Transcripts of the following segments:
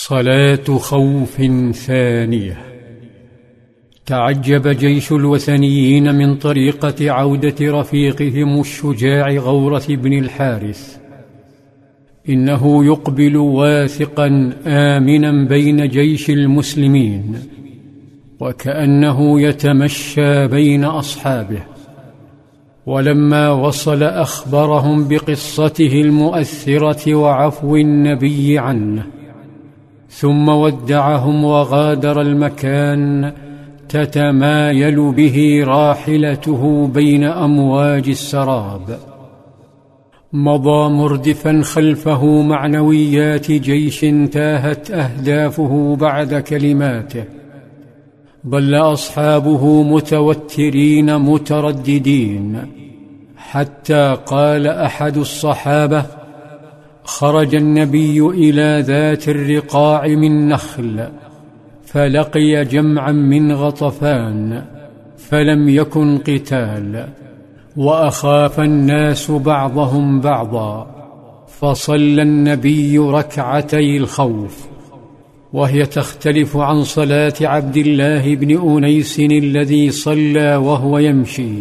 صلاة خوف ثانية. تعجب جيش الوثنيين من طريقة عودة رفيقهم الشجاع غورث بن الحارث. إنه يقبل واثقا آمنا بين جيش المسلمين، وكأنه يتمشى بين أصحابه. ولما وصل أخبرهم بقصته المؤثرة وعفو النبي عنه، ثم ودعهم وغادر المكان تتمايل به راحلته بين أمواج السراب. مضى مردفا خلفه معنويات جيش تاهت أهدافه بعد كلماته. ظل أصحابه متوترين مترددين، حتى قال أحد الصحابة: خرج النبي إلى ذات الرقاع من نخل، فلقي جمعا من غطفان، فلم يكن قتال، وأخاف الناس بعضهم بعضا، فصلى النبي ركعتي الخوف، وهي تختلف عن صلاة عبد الله بن أنيس الذي صلى وهو يمشي،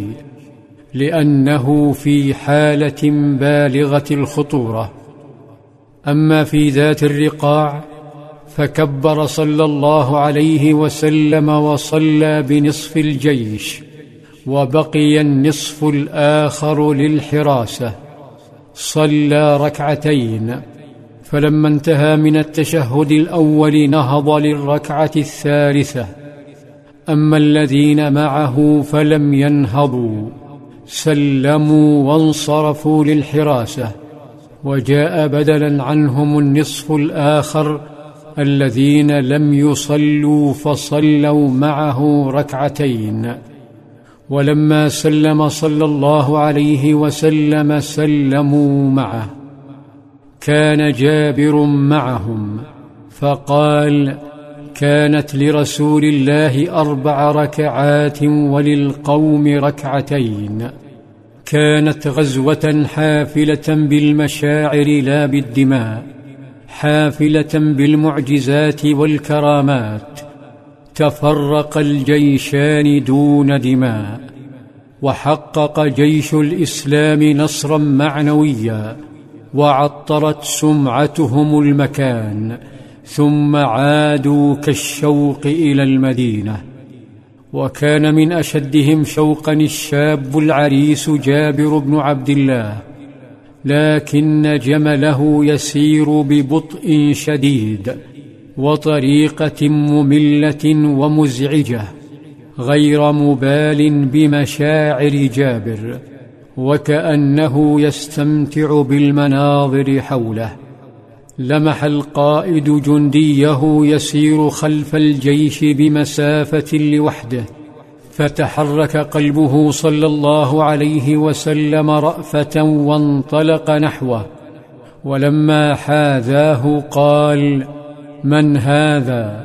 لأنه في حالة بالغة الخطورة. أما في ذات الرقاع فكبر صلى الله عليه وسلم وصلى بنصف الجيش، وبقي النصف الآخر للحراسة. صلى ركعتين، فلما انتهى من التشهد الأول نهض للركعة الثالثة. أما الذين معه فلم ينهضوا، سلموا وانصرفوا للحراسة، وجاء بدلا عنهم النصف الآخر الذين لم يصلوا فصلوا معه ركعتين. ولما سلم صلى الله عليه وسلم سلموا معه. كان جابر معهم فقال: كانت لرسول الله 4 ركعات وللقوم ركعتين. كانت غزوة حافلة بالمشاعر لا بالدماء، حافلة بالمعجزات والكرامات. تفرق الجيشان دون دماء، وحقق جيش الإسلام نصرا معنويا، وعطرت سمعتهم المكان، ثم عادوا كالشوق إلى المدينة. وكان من أشدهم شوقا الشاب العريس جابر بن عبد الله، لكن جمله يسير ببطء شديد وطريقة مملة ومزعجة، غير مبال بمشاعر جابر، وكأنه يستمتع بالمناظر حوله. لمح القائد جنديه يسير خلف الجيش بمسافة لوحده، فتحرك قلبه صلى الله عليه وسلم رأفة وانطلق نحوه. ولما حاذاه قال: من هذا؟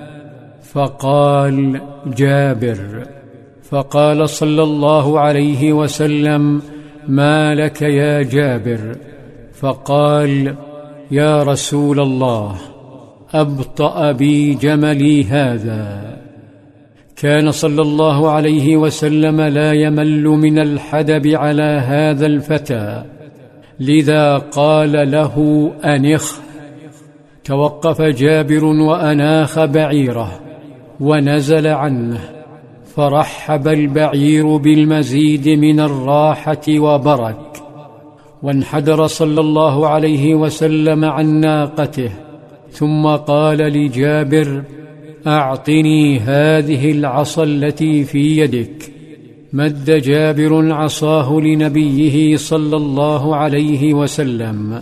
فقال: جابر. فقال صلى الله عليه وسلم: ما لك يا جابر؟ فقال: يا رسول الله، أبطأ بي جملي هذا. كان صلى الله عليه وسلم لا يمل من الحدب على هذا الفتى، لذا قال له: أنخ. توقف جابر وأناخ بعيره ونزل عنه، فرحب البعير بالمزيد من الراحة وبرك. وانحدر صلى الله عليه وسلم عن ناقته، ثم قال لجابر: أعطني هذه العصا التي في يدك. مد جابر عصاه لنبيه صلى الله عليه وسلم،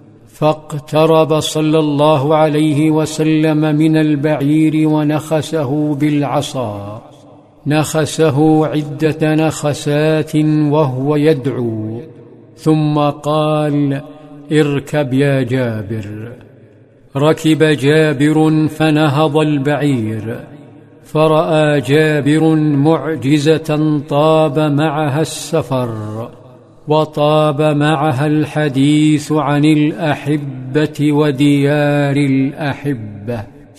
فاقترب صلى الله عليه وسلم من البعير ونخسه بالعصا، نخسه عدة نخسات وهو يدعو، ثم قال: اركب يا جابر. ركب جابر فنهض البعير، فرأى جابر معجزة طاب معها السفر، وطاب معها الحديث عن الأحبة وديار الأحبة.